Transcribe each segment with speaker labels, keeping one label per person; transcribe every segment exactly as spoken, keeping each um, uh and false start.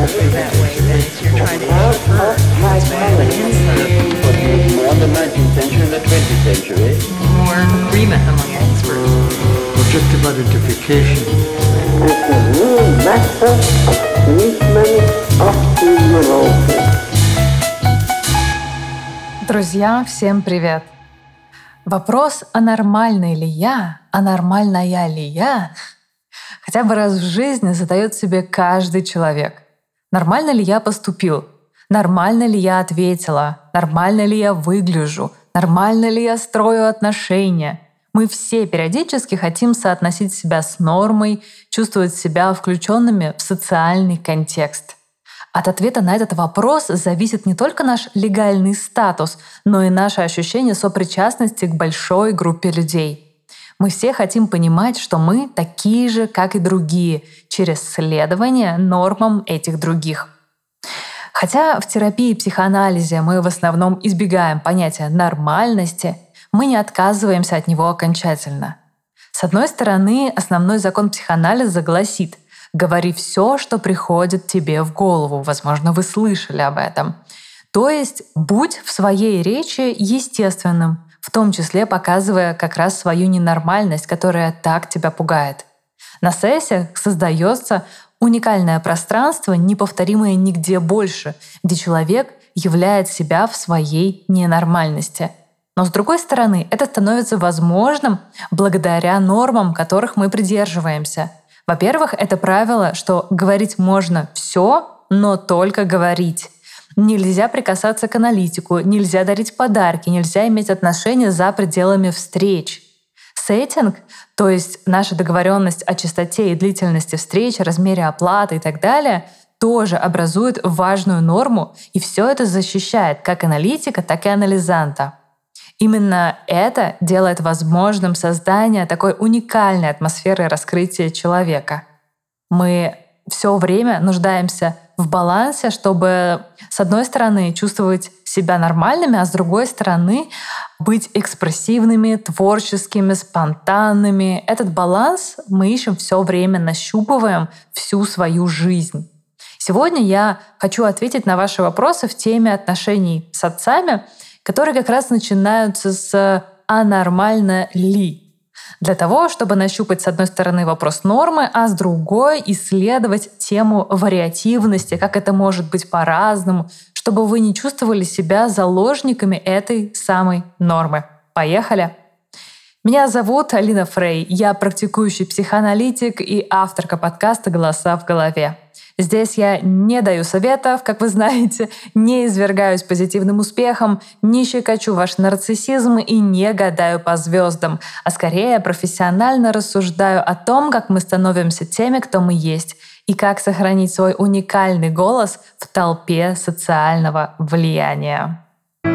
Speaker 1: exactly that way, then you're trying to infer its way of an answer.
Speaker 2: More in the nineteenth century and the twentieth century.
Speaker 1: More agreement among experts.
Speaker 3: Objective identification.
Speaker 4: It's a new method of treatment of the neurosis.
Speaker 5: Друзья, всем привет! Вопрос, а нормальный ли я, а нормальная ли я, хотя бы раз в жизни задает себе каждый человек. Нормально ли я поступил? Нормально ли я ответила? Нормально ли я выгляжу? Нормально ли я строю отношения? Мы все периодически хотим соотносить себя с нормой, чувствовать себя включенными в социальный контекст. От ответа на этот вопрос зависит не только наш легальный статус, но и наше ощущение сопричастности к большой группе людей. Мы все хотим понимать, что мы такие же, как и другие, через следование нормам этих других. Хотя в терапии и психоанализе мы в основном избегаем понятия нормальности, мы не отказываемся от него окончательно. С одной стороны, основной закон психоанализа гласит: говори все, что приходит тебе в голову. Возможно, вы слышали об этом. То есть будь в своей речи естественным, в том числе показывая как раз свою ненормальность, которая так тебя пугает. На сессиях создается уникальное пространство, неповторимое нигде больше, где человек являет себя в своей ненормальности. Но с другой стороны, это становится возможным благодаря нормам, которых мы придерживаемся. Во-первых, это правило, что говорить можно все, но только говорить. Нельзя прикасаться к аналитику, нельзя дарить подарки, нельзя иметь отношения за пределами встреч. Сеттинг, то есть наша договоренность о частоте и длительности встреч, размере оплаты и так далее, тоже образует важную норму, и все это защищает как аналитика, так и анализанта. Именно это делает возможным создание такой уникальной атмосферы раскрытия человека. Мы все время нуждаемся в балансе, чтобы, с одной стороны, чувствовать себя нормальными, а с другой стороны, быть экспрессивными, творческими, спонтанными. Этот баланс мы ищем все время, нащупываем всю свою жизнь. Сегодня я хочу ответить на ваши вопросы в теме отношений с отцами, которые как раз начинаются с «а нормально ли?». Для того, чтобы нащупать с одной стороны вопрос нормы, а с другой исследовать тему вариативности, как это может быть по-разному, чтобы вы не чувствовали себя заложниками этой самой нормы. Поехали! Меня зовут Алина Фрей, я практикующий психоаналитик и авторка подкаста «Голоса в голове». Здесь я не даю советов, как вы знаете, не извергаюсь позитивным успехом, не щекочу ваш нарциссизм и не гадаю по звездам, а скорее профессионально рассуждаю о том, как мы становимся теми, кто мы есть, и как сохранить свой уникальный голос в толпе социального влияния.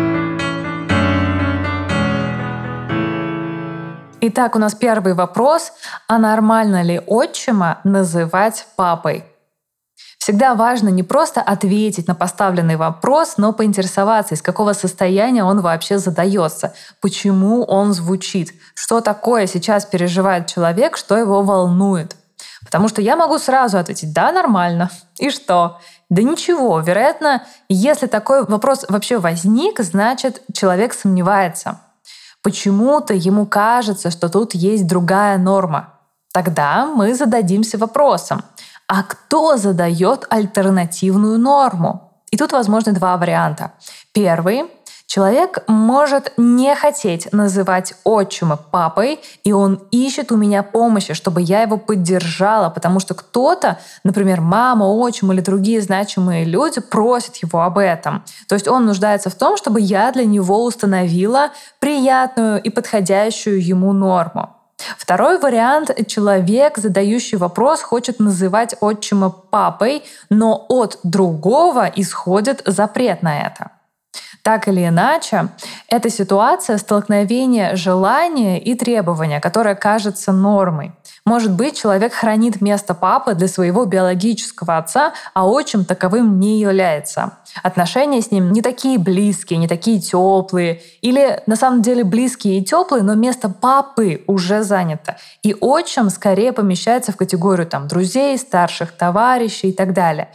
Speaker 5: Итак, у нас первый вопрос. А нормально ли отчима называть папой? Всегда важно не просто ответить на поставленный вопрос, но поинтересоваться, из какого состояния он вообще задается, почему он звучит, что такое сейчас переживает человек, что его волнует. Потому что я могу сразу ответить «да, нормально». И что? Да ничего. Вероятно, если такой вопрос вообще возник, значит, человек сомневается. Почему-то ему кажется, что тут есть другая норма. Тогда мы зададимся вопросом: а кто задает альтернативную норму? И тут возможны два варианта. Первый. Человек может не хотеть называть отчима папой, и он ищет у меня помощи, чтобы я его поддержала, потому что кто-то, например, мама, отчим или другие значимые люди, просят его об этом. То есть он нуждается в том, чтобы я для него установила приятную и подходящую ему норму. Второй вариант — человек, задающий вопрос, хочет называть отчима папой, но от другого исходит запрет на это. Так или иначе, это ситуация столкновения желания и требования, которая кажется нормой. Может быть, человек хранит место папы для своего биологического отца, а отчим таковым не является. Отношения с ним не такие близкие, не такие теплые, или на самом деле близкие и теплые, но место папы уже занято. И отчим скорее помещается в категорию там, друзей, старших товарищей и так далее.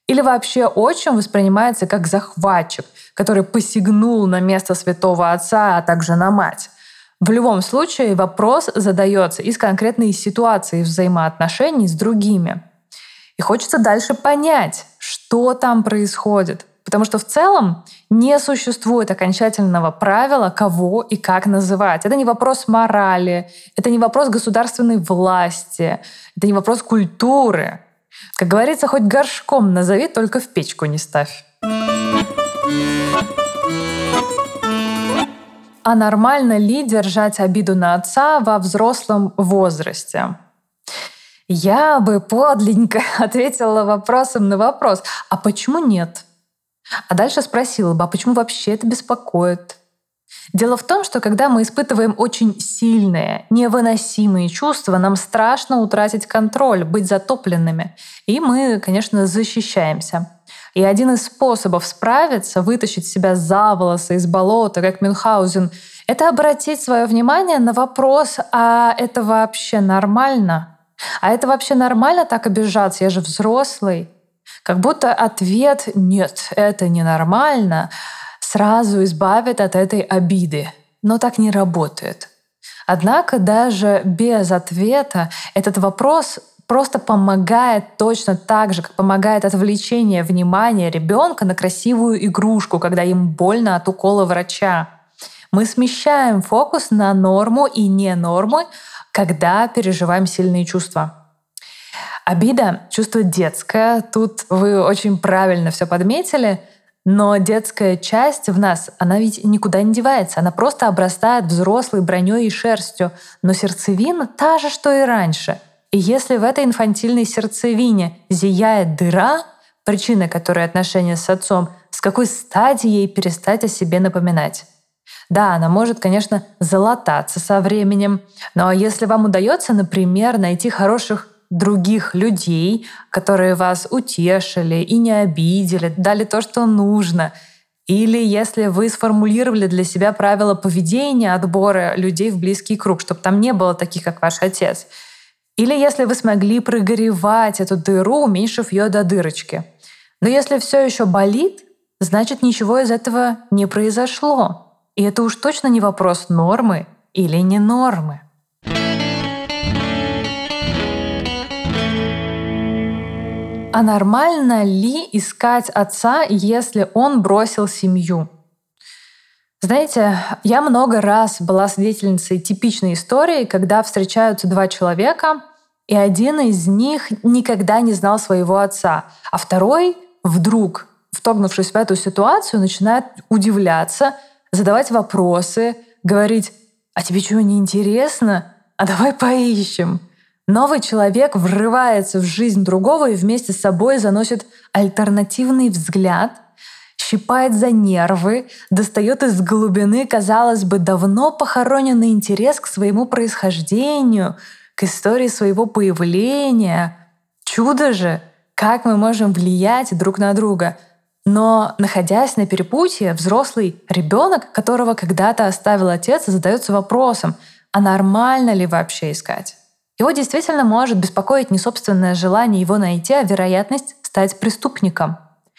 Speaker 5: Или вообще отчим воспринимается как захватчик, который посягнул на место святого отца, а также на мать. В любом случае вопрос задается из конкретной ситуации взаимоотношений с другими. И хочется дальше понять, что там происходит. Потому что в целом не существует окончательного правила, кого и как называть. Это не вопрос морали, это не вопрос государственной власти, это не вопрос культуры. Как говорится, хоть горшком назови, только в печку не ставь. А нормально ли держать обиду на отца во взрослом возрасте? Я бы подлинненько ответила вопросом на вопрос. А почему нет? А дальше спросила бы, а почему вообще это беспокоит? Дело в том, что когда мы испытываем очень сильные, невыносимые чувства, нам страшно утратить контроль, быть затопленными. И мы, конечно, защищаемся. И один из способов справиться, вытащить себя за волосы из болота, как Мюнхгаузен, это обратить свое внимание на вопрос, а это вообще нормально? А это вообще нормально так обижаться? Я же взрослый. Как будто ответ «нет, это ненормально» сразу избавит от этой обиды. Но так не работает. Однако даже без ответа этот вопрос просто помогает точно так же, как помогает отвлечение внимания ребенка на красивую игрушку, когда им больно от укола врача. Мы смещаем фокус на норму и не нормы, когда переживаем сильные чувства. Обида — чувство детское. Тут вы очень правильно все подметили. Но детская часть в нас, она ведь никуда не девается. Она просто обрастает взрослой броней и шерстью. Но сердцевина та же, что и раньше. И если в этой инфантильной сердцевине зияет дыра, причина которой отношения с отцом, с какой стати ей перестать о себе напоминать? Да, она может, конечно, залататься со временем. Но если вам удается, например, найти хороших других людей, которые вас утешили и не обидели, дали то, что нужно. Или если вы сформулировали для себя правила поведения отбора людей в близкий круг, чтобы там не было таких, как ваш отец. Или если вы смогли прогоревать эту дыру, уменьшив ее до дырочки. Но если все еще болит, значит, ничего из этого не произошло. И это уж точно не вопрос нормы или не нормы. А нормально ли искать отца, если он бросил семью? Знаете, я много раз была свидетельницей типичной истории, когда встречаются два человека, и один из них никогда не знал своего отца, а второй вдруг, вторгнувшись в эту ситуацию, начинает удивляться, задавать вопросы, говорить: «А тебе чего не интересно? А давай поищем». Новый человек врывается в жизнь другого и вместе с собой заносит альтернативный взгляд, щипает за нервы, достает из глубины, казалось бы, давно похороненный интерес к своему происхождению, к истории своего появления. Чудо же, как мы можем влиять друг на друга. Но, находясь на перепутье, взрослый ребенок, которого когда-то оставил отец, задается вопросом, а нормально ли вообще искать? Его действительно может беспокоить не собственное желание его найти, а вероятность стать преступником.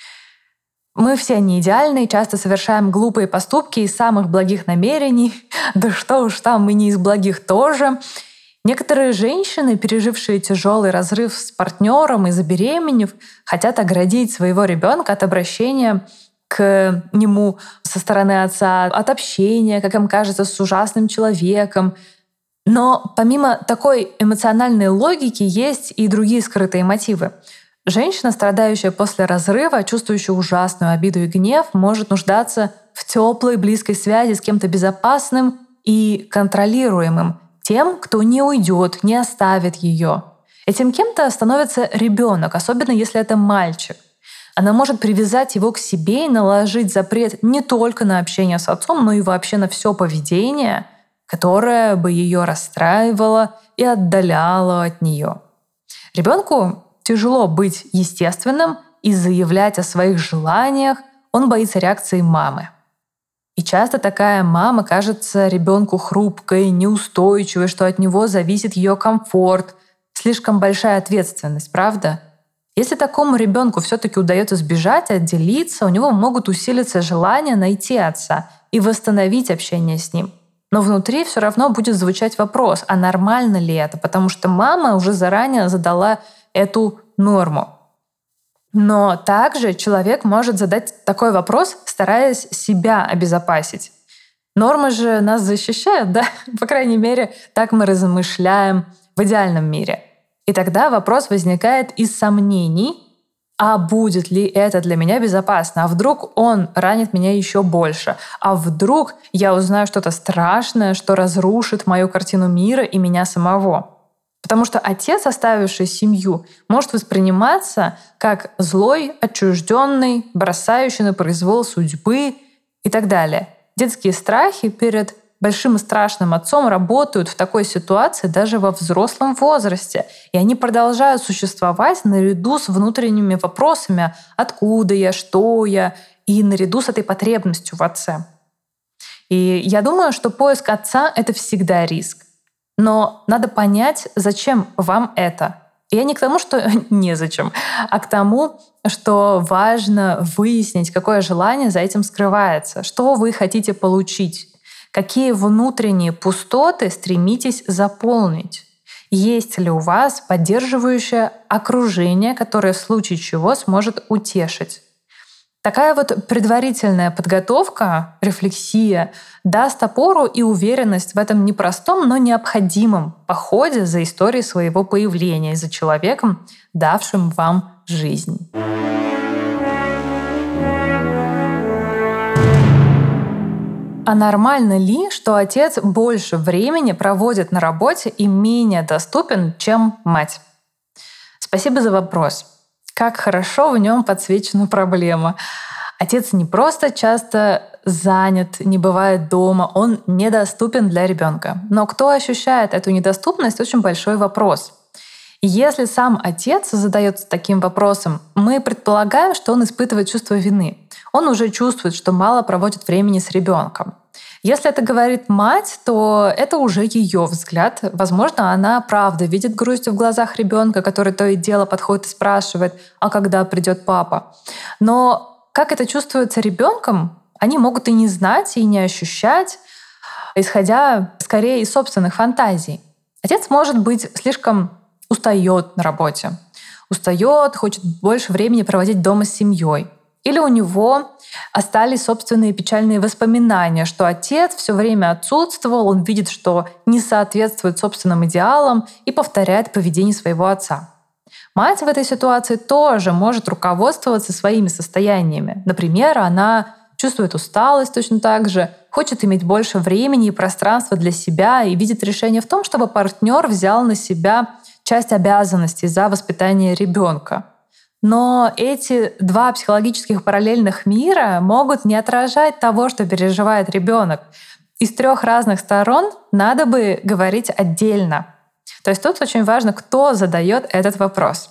Speaker 5: Мы все не идеальны, часто совершаем глупые поступки из самых благих намерений. Да что уж там, мы не из благих тоже. Некоторые женщины, пережившие тяжелый разрыв с партнером и забеременев, хотят оградить своего ребенка от обращения к нему со стороны отца, от общения, как им кажется, с ужасным человеком. Но помимо такой эмоциональной логики есть и другие скрытые мотивы. Женщина, страдающая после разрыва, чувствующая ужасную обиду и гнев, может нуждаться в теплой, близкой связи с кем-то безопасным и контролируемым, тем, кто не уйдет, не оставит ее. Этим кем-то становится ребенок, особенно если это мальчик. Она может привязать его к себе и наложить запрет не только на общение с отцом, но и вообще на все поведение, которое бы ее расстраивало и отдаляло от нее. Ребенку тяжело быть естественным и заявлять о своих желаниях, он боится реакции мамы. И часто такая мама кажется ребенку хрупкой, неустойчивой, что от него зависит ее комфорт. Слишком большая ответственность, правда? Если такому ребенку все-таки удается сбежать, отделиться, у него могут усилиться желания найти отца и восстановить общение с ним. Но внутри все равно будет звучать вопрос, а нормально ли это? Потому что мама уже заранее задала эту норму. Но также человек может задать такой вопрос, стараясь себя обезопасить. Нормы же нас защищают, да? По крайней мере, так мы размышляем в идеальном мире. И тогда вопрос возникает из сомнений, а будет ли это для меня безопасно? А вдруг он ранит меня еще больше? А вдруг я узнаю что-то страшное, что разрушит мою картину мира и меня самого? Потому что отец, оставивший семью, может восприниматься как злой, отчужденный, бросающий на произвол судьбы и так далее. Детские страхи перед большим и страшным отцом работают в такой ситуации даже во взрослом возрасте. И они продолжают существовать наряду с внутренними вопросами «откуда я?», «что я?», и наряду с этой потребностью в отце. И я думаю, что поиск отца — это всегда риск. Но надо понять, зачем вам это. И я не к тому, что незачем, а к тому, что важно выяснить, какое желание за этим скрывается, что вы хотите получить, какие внутренние пустоты стремитесь заполнить. Есть ли у вас поддерживающее окружение, которое в случае чего сможет утешить. Такая вот предварительная подготовка, рефлексия даст опору и уверенность в этом непростом, но необходимом походе за историей своего появления, за человеком, давшим вам жизнь. А нормально ли, что отец больше времени проводит на работе и менее доступен, чем мать? Спасибо за вопрос. Как хорошо в нем подсвечена проблема. Отец не просто часто занят, не бывает дома, он недоступен для ребенка. Но кто ощущает эту недоступность, очень большой вопрос. Если сам отец задается таким вопросом, мы предполагаем, что он испытывает чувство вины. Он уже чувствует, что мало проводит времени с ребенком. Если это говорит мать, то это уже ее взгляд. Возможно, она правда видит грусть в глазах ребенка, который то и дело подходит и спрашивает, а когда придет папа. Но как это чувствуется ребенком, они могут и не знать, и не ощущать, исходя скорее из собственных фантазий. Отец, может быть, слишком устает на работе, устает, хочет больше времени проводить дома с семьей. Или у него остались собственные печальные воспоминания, что отец все время отсутствовал, он видит, что не соответствует собственным идеалам и повторяет поведение своего отца. Мать в этой ситуации тоже может руководствоваться своими состояниями. Например, она чувствует усталость точно так же, хочет иметь больше времени и пространства для себя и видит решение в том, чтобы партнер взял на себя часть обязанностей за воспитание ребенка. Но эти два психологических параллельных мира могут не отражать того, что переживает ребенок. Из трех разных сторон надо бы говорить отдельно. То есть тут очень важно, кто задает этот вопрос.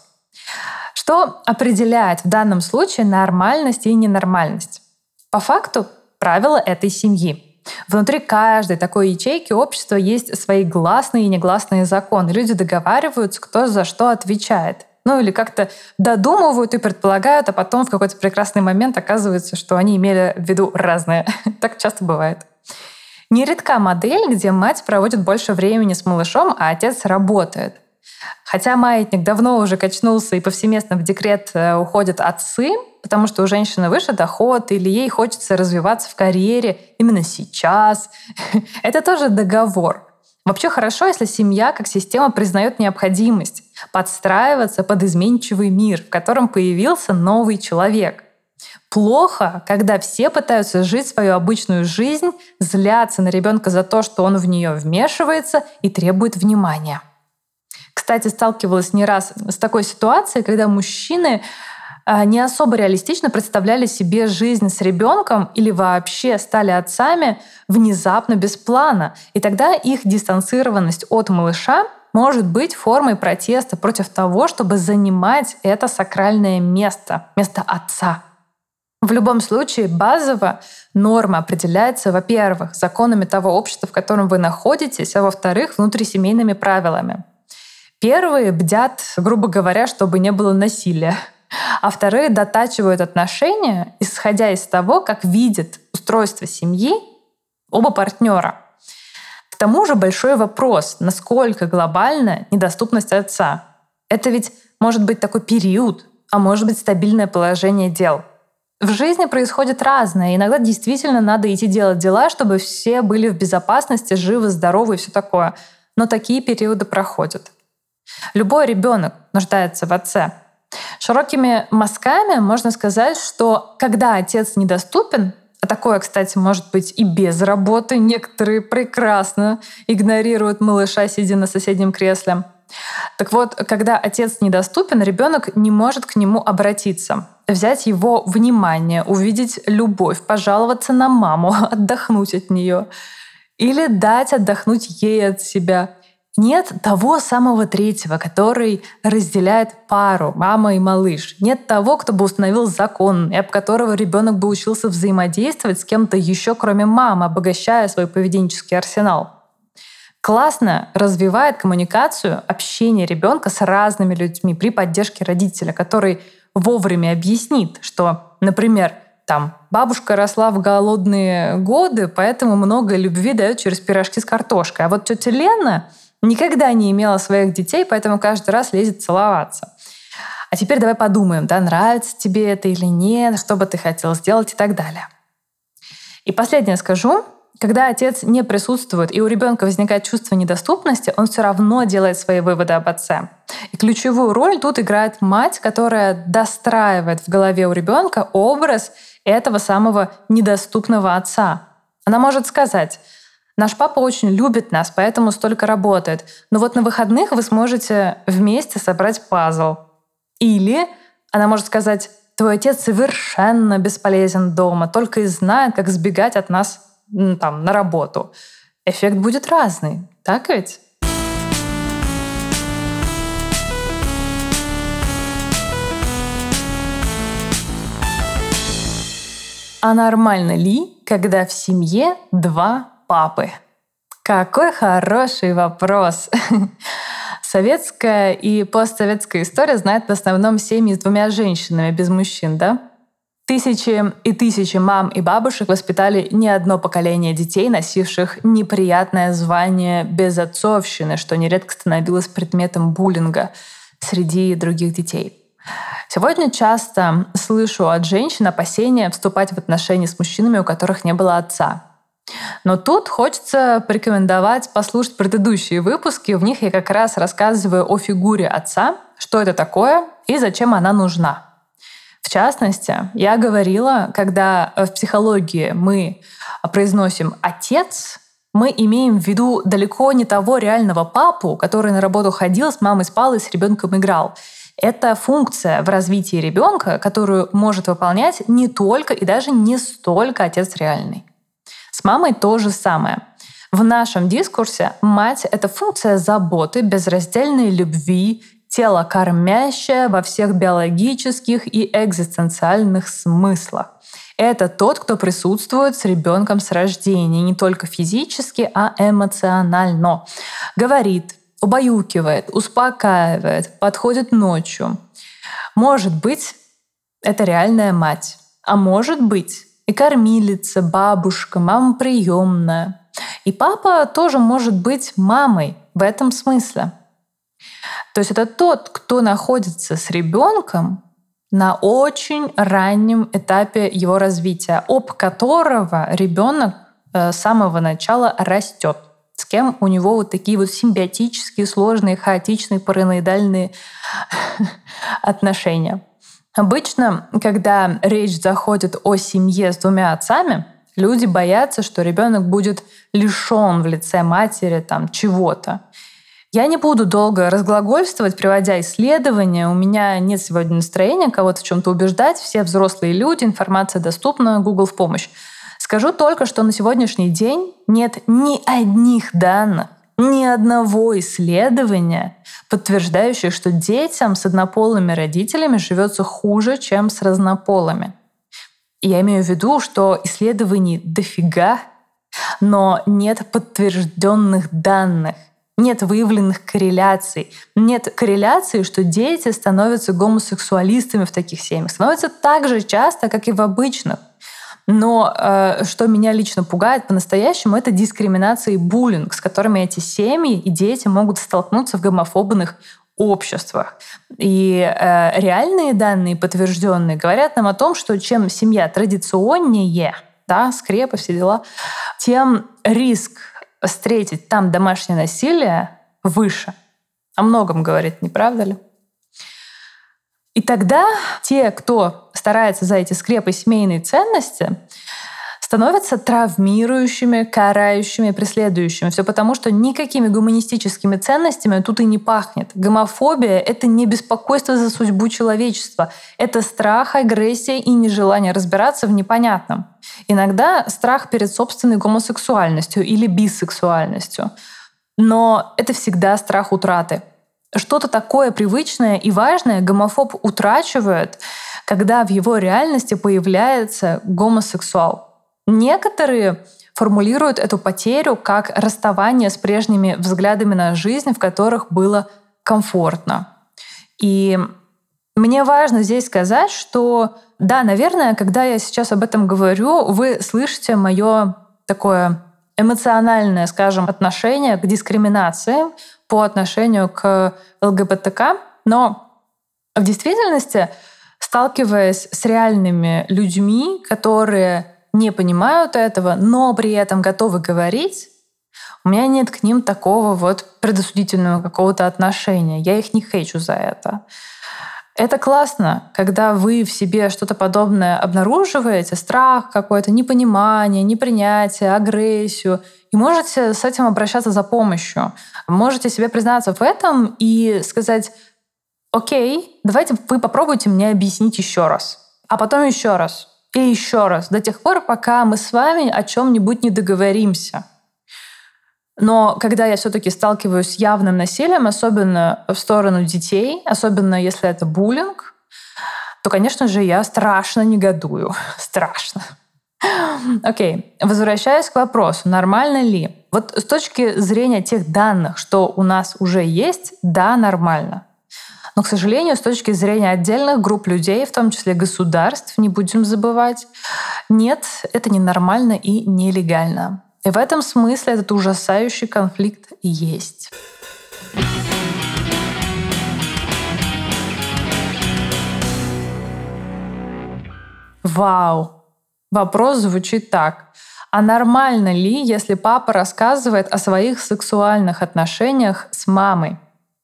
Speaker 5: Что определяет в данном случае нормальность и ненормальность? По факту правила этой семьи. Внутри каждой такой ячейки общества есть свои гласные и негласные законы. Люди договариваются, кто за что отвечает. Ну или как-то додумывают и предполагают, а потом в какой-то прекрасный момент оказывается, что они имели в виду разное. Так часто бывает. Нередка модель, где мать проводит больше времени с малышом, а отец работает. Хотя маятник давно уже качнулся и повсеместно в декрет уходят отцы, потому что у женщины выше доход или ей хочется развиваться в карьере именно сейчас. Это тоже договор. Вообще хорошо, если семья как система признает необходимость подстраиваться под изменчивый мир, в котором появился новый человек. Плохо, когда все пытаются жить свою обычную жизнь, злятся на ребенка за то, что он в нее вмешивается и требует внимания. Кстати, сталкивалась не раз с такой ситуацией, когда мужчины не особо реалистично представляли себе жизнь с ребенком или вообще стали отцами внезапно без плана. И тогда их дистанцированность от малыша может быть формой протеста против того, чтобы занимать это сакральное место, место отца. В любом случае, базово норма определяется, во-первых, законами того общества, в котором вы находитесь, а во-вторых, внутрисемейными правилами. Первые бдят, грубо говоря, чтобы не было насилия, а вторые дотачивают отношения, исходя из того, как видят устройство семьи оба партнера. К тому же большой вопрос, насколько глобальна недоступность отца. Это ведь может быть такой период, а может быть стабильное положение дел. В жизни происходит разное. Иногда действительно надо идти делать дела, чтобы все были в безопасности, живы, здоровы и все такое. Но такие периоды проходят. Любой ребенок нуждается в отце. Широкими мазками можно сказать, что когда отец недоступен, а такое, кстати, может быть и без работы, некоторые прекрасно игнорируют малыша, сидя на соседнем кресле. Так вот, когда отец недоступен, ребенок не может к нему обратиться, взять его внимание, увидеть любовь, пожаловаться на маму, отдохнуть от нее или дать отдохнуть ей от себя. Нет того самого третьего, который разделяет пару, мама и малыш. Нет того, кто бы установил закон, и об которого ребенок бы учился взаимодействовать с кем-то еще, кроме мамы, обогащая свой поведенческий арсенал. Классно развивает коммуникацию, общение ребенка с разными людьми при поддержке родителя, который вовремя объяснит, что, например, там бабушка росла в голодные годы, поэтому много любви дает через пирожки с картошкой. А вот тетя Лена никогда не имела своих детей, поэтому каждый раз лезет целоваться. А теперь давай подумаем, да, нравится тебе это или нет, что бы ты хотел сделать и так далее. И последнее скажу. Когда отец не присутствует и у ребенка возникает чувство недоступности, он все равно делает свои выводы об отце. И ключевую роль тут играет мать, которая достраивает в голове у ребенка образ этого самого недоступного отца. Она может сказать: «Наш папа очень любит нас, поэтому столько работает. Но вот на выходных вы сможете вместе собрать пазл». Или она может сказать: «Твой отец совершенно бесполезен дома, только и знает, как сбегать от нас там, на работу». Эффект будет разный, так ведь? А нормально ли, когда в семье два папы? Какой хороший вопрос! Советская и постсоветская история знает в основном семьи с двумя женщинами, без мужчин, да? Тысячи и тысячи мам и бабушек воспитали не одно поколение детей, носивших неприятное звание безотцовщины, что нередко становилось предметом буллинга среди других детей. Сегодня часто слышу от женщин опасения вступать в отношения с мужчинами, у которых не было отца. Но тут хочется порекомендовать послушать предыдущие выпуски. В них я как раз рассказываю о фигуре отца, что это такое и зачем она нужна. В частности, я говорила, когда в психологии мы произносим «отец», мы имеем в виду далеко не того реального папу, который на работу ходил, с мамой спал и с ребенком играл. Это функция в развитии ребенка, которую может выполнять не только и даже не столько отец реальный. С мамой то же самое. В нашем дискурсе мать — это функция заботы, безраздельной любви, тело кормящее во всех биологических и экзистенциальных смыслах. Это тот, кто присутствует с ребенком с рождения, не только физически, а эмоционально. Говорит, убаюкивает, успокаивает, подходит ночью. Может быть, это реальная мать. А может быть, и кормилица, бабушка, мама приемная. И папа тоже может быть мамой в этом смысле. То есть это тот, кто находится с ребенком на очень раннем этапе его развития, об которого ребенок с самого начала растет, с кем у него вот такие вот симбиотические, сложные, хаотичные, параноидальные отношения. Обычно, когда речь заходит о семье с двумя отцами, люди боятся, что ребенок будет лишен в лице матери там чего-то. Я не буду долго разглагольствовать, приводя исследования. У меня нет сегодня настроения кого-то в чем-то убеждать. Все взрослые люди, информация доступна, Google в помощь. Скажу только, что на сегодняшний день нет ни одних данных, ни одного исследования, подтверждающих, что детям с однополыми родителями живется хуже, чем с разнополыми. И я имею в виду, что исследований дофига, но нет подтвержденных данных. Нет выявленных корреляций. Нет корреляции, что дети становятся гомосексуалистами в таких семьях. Становятся так же часто, как и в обычных. Но э, что меня лично пугает по-настоящему, это дискриминация и буллинг, с которыми эти семьи и дети могут столкнуться в гомофобных обществах. И э, реальные данные, подтвержденные, говорят нам о том, что чем семья традиционнее, да, скрепы, все дела, тем риск встретить там домашнее насилие выше. О многом говорит, не правда ли? И тогда те, кто старается за эти скрепы семейные ценности, становятся травмирующими, карающими, преследующими. Все потому, что никакими гуманистическими ценностями тут и не пахнет. Гомофобия — это не беспокойство за судьбу человечества. Это страх, агрессия и нежелание разбираться в непонятном. Иногда страх перед собственной гомосексуальностью или бисексуальностью. Но это всегда страх утраты. Что-то такое привычное и важное гомофоб утрачивает, когда в его реальности появляется гомосексуал. Некоторые формулируют эту потерю как расставание с прежними взглядами на жизнь, в которых было комфортно. И мне важно здесь сказать, что да, наверное, когда я сейчас об этом говорю, вы слышите мое такое эмоциональное, скажем, отношение к дискриминации по отношению к ЛГБТК, но в действительности, сталкиваясь с реальными людьми, которые не понимают этого, но при этом готовы говорить, у меня нет к ним такого вот предосудительного какого-то отношения. Я их не хейчу за это. Это классно, когда вы в себе что-то подобное обнаруживаете, страх какой-то, непонимание, непринятие, агрессию, и можете с этим обращаться за помощью. Можете себе признаться в этом и сказать: окей, давайте вы попробуйте мне объяснить еще раз, а потом еще раз и еще раз, до тех пор, пока мы с вами о чем-нибудь не договоримся. Но когда я все-таки сталкиваюсь с явным насилием, особенно в сторону детей, особенно если это буллинг, то, конечно же, я страшно негодую. Страшно. Окей, возвращаясь к вопросу, нормально ли? Вот с точки зрения тех данных, что у нас уже есть, да, нормально. Но, к сожалению, с точки зрения отдельных групп людей, в том числе государств, не будем забывать, нет, это ненормально и нелегально. И в этом смысле этот ужасающий конфликт и есть. Вау! Вопрос звучит так. А нормально ли, если папа рассказывает о своих сексуальных отношениях с мамой?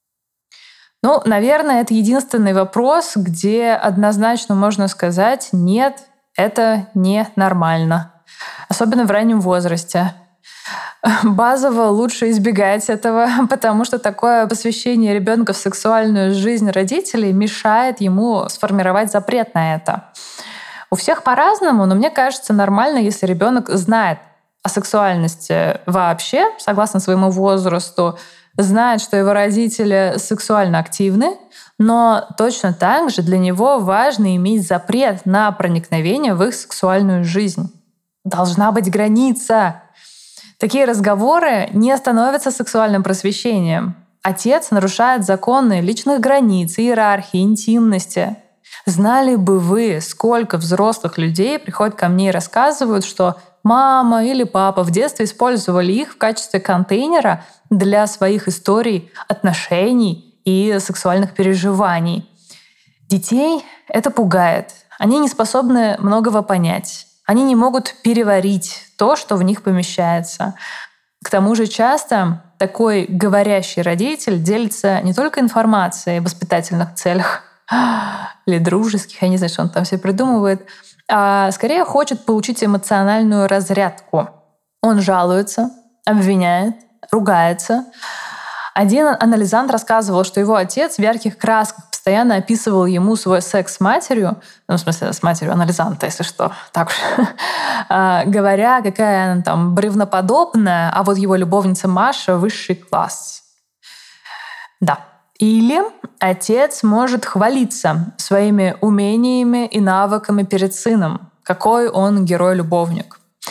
Speaker 5: Ну, наверное, это единственный вопрос, где однозначно можно сказать: нет, это не нормально. Особенно в раннем возрасте. Базово лучше избегать этого, потому что такое посвящение ребенка в сексуальную жизнь родителей мешает ему сформировать запрет на это. У всех по-разному, но мне кажется, нормально, если ребенок знает о сексуальности вообще, согласно своему возрасту, знает, что его родители сексуально активны, но точно так же для него важно иметь запрет на проникновение в их сексуальную жизнь. Должна быть граница. Такие разговоры не становятся сексуальным просвещением. Отец нарушает законы личных границ, иерархии, интимности. Знали бы вы, сколько взрослых людей приходят ко мне и рассказывают, что мама или папа в детстве использовали их в качестве контейнера для своих историй, отношений и сексуальных переживаний. Детей это пугает. Они не способны многого понять. Они не могут переварить то, что в них помещается. К тому же часто такой говорящий родитель делится не только информацией в воспитательных целях или дружеских, я не знаю, что он там себе придумывает, а скорее хочет получить эмоциональную разрядку. Он жалуется, обвиняет, ругается. Один анализант рассказывал, что его отец в ярких красках постоянно описывал ему свой секс с матерью, ну, в смысле, с матерью анализанта, если что, так уж, говоря, какая она там бревноподобная, а вот его любовница Маша — высший класс. Да. Или отец может хвалиться своими умениями и навыками перед сыном, какой он герой-любовник.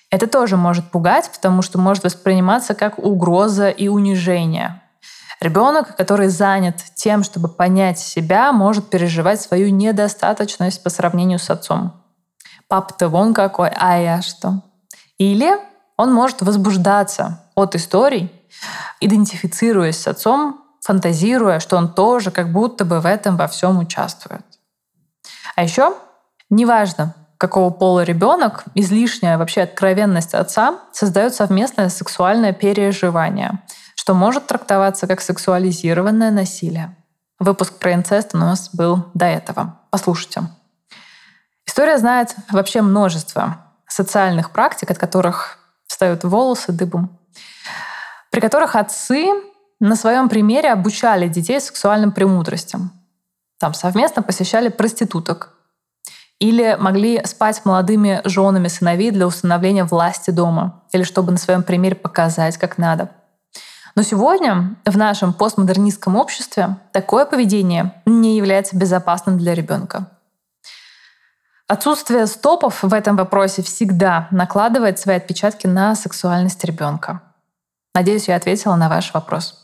Speaker 5: Это тоже может пугать, потому что может восприниматься как угроза и унижение. Ребенок, который занят тем, чтобы понять себя, может переживать свою недостаточность по сравнению с отцом. Папа-то вон какой, а я что? Или он может возбуждаться от историй, идентифицируясь с отцом, фантазируя, что он тоже как будто бы в этом во всем участвует. А еще неважно, какого пола ребенок, излишняя вообще откровенность отца создает совместное сексуальное переживание, что может трактоваться как сексуализированное насилие. Выпуск про инцест у нас был до этого. Послушайте. История знает вообще множество социальных практик, от которых встают волосы дыбом, при которых отцы на своем примере обучали детей сексуальным премудростям. Там совместно посещали проституток или могли спать с молодыми женами сыновей для установления власти дома или чтобы на своем примере показать, как надо. Но сегодня в нашем постмодернистском обществе такое поведение не является безопасным для ребенка. Отсутствие стопов в этом вопросе всегда накладывает свои отпечатки на сексуальность ребенка. Надеюсь, я ответила на ваш вопрос.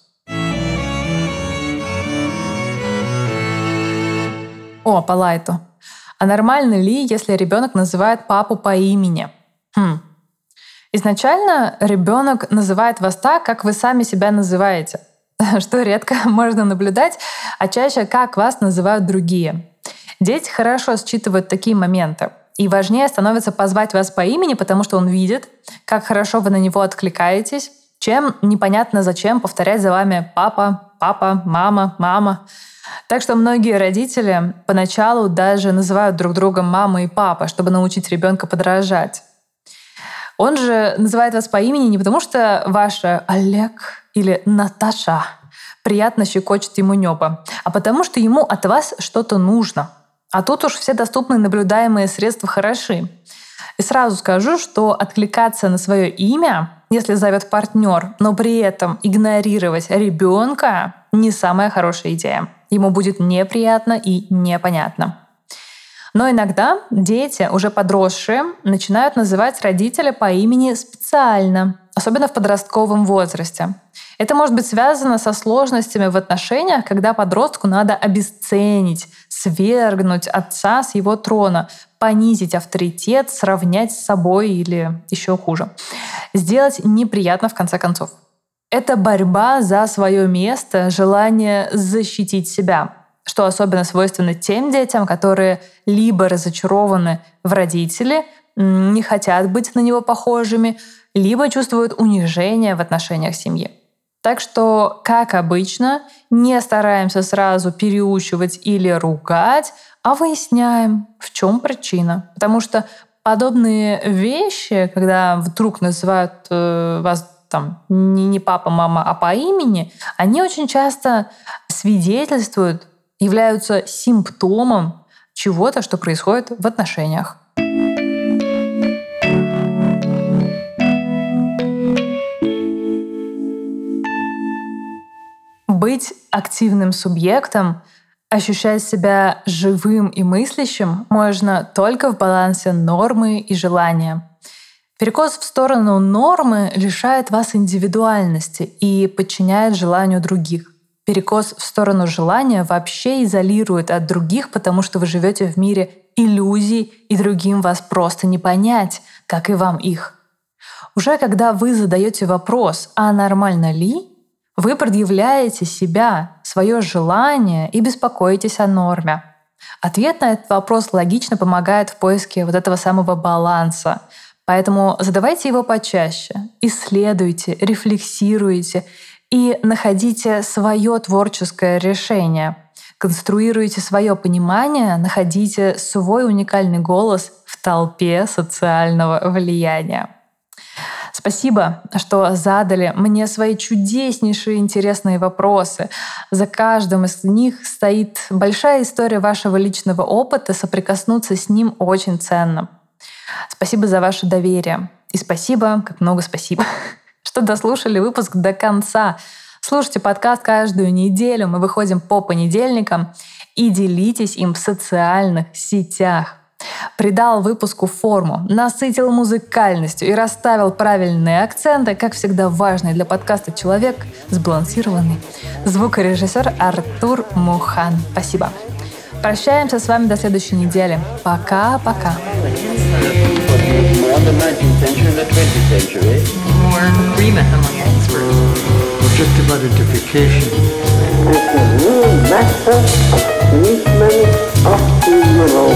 Speaker 5: О, по лайту. А нормально ли, если ребенок называет папу по имени? Хм. Изначально ребенок называет вас так, как вы сами себя называете, что редко можно наблюдать, а чаще как вас называют другие. Дети хорошо считывают такие моменты. И важнее становится позвать вас по имени, потому что он видит, как хорошо вы на него откликаетесь, чем непонятно зачем повторять за вами «папа», «папа», «мама», «мама». Так что многие родители поначалу даже называют друг друга «мама» и «папа», чтобы научить ребенка подражать. Он же называет вас по имени не потому, что ваше Олег или Наташа приятно щекочет ему небо, а потому что ему от вас что-то нужно. А тут уж все доступные наблюдаемые средства хороши. И сразу скажу, что откликаться на свое имя, если зовет партнер, но при этом игнорировать ребенка, не самая хорошая идея. Ему будет неприятно и непонятно. Но иногда дети, уже подросшие, начинают называть родителя по имени специально, особенно в подростковом возрасте. Это может быть связано со сложностями в отношениях, когда подростку надо обесценить, свергнуть отца с его трона, понизить авторитет, сравнять с собой или еще хуже. Сделать неприятно в конце концов. Это борьба за свое место, желание защитить себя, что особенно свойственно тем детям, которые либо разочарованы в родителе, не хотят быть на него похожими, либо чувствуют унижение в отношениях семьи. Так что, как обычно, не стараемся сразу переучивать или ругать, а выясняем, в чем причина. Потому что подобные вещи, когда вдруг называют э, вас там не, не папа, мама, а по имени, они очень часто свидетельствуют, являются симптомом чего-то, что происходит в отношениях. Быть активным субъектом, ощущать себя живым и мыслящим можно только в балансе нормы и желания. Перекос в сторону нормы лишает вас индивидуальности и подчиняет желанию других. Перекос в сторону желания вообще изолирует от других, потому что вы живете в мире иллюзий, и другим вас просто не понять, как и вам их. Уже когда вы задаете вопрос «а нормально ли?», вы предъявляете себя, свое желание и беспокоитесь о норме. Ответ на этот вопрос логично помогает в поиске вот этого самого баланса. Поэтому задавайте его почаще, исследуйте, рефлексируйте и находите свое творческое решение. Конструируйте свое понимание, находите свой уникальный голос в толпе социального влияния. Спасибо, что задали мне свои чудеснейшие интересные вопросы. За каждым из них стоит большая история вашего личного опыта, соприкоснуться с ним очень ценно. Спасибо за ваше доверие. И спасибо, как много спасибо, что дослушали выпуск до конца. Слушайте подкаст каждую неделю. Мы выходим по понедельникам и делитесь им в социальных сетях. придал выпуску форму, насытил музыкальностью и расставил правильные акценты, как всегда важный для подкаста человек, сбалансированный. Звукорежиссер Артур Мухан. Спасибо. Прощаемся с вами до следующей недели. Пока-пока.
Speaker 2: More in the nineteenth century and the twentieth century.
Speaker 1: More agreement among experts.
Speaker 3: Objective identification.
Speaker 4: As a new matter of treatment of the Euro.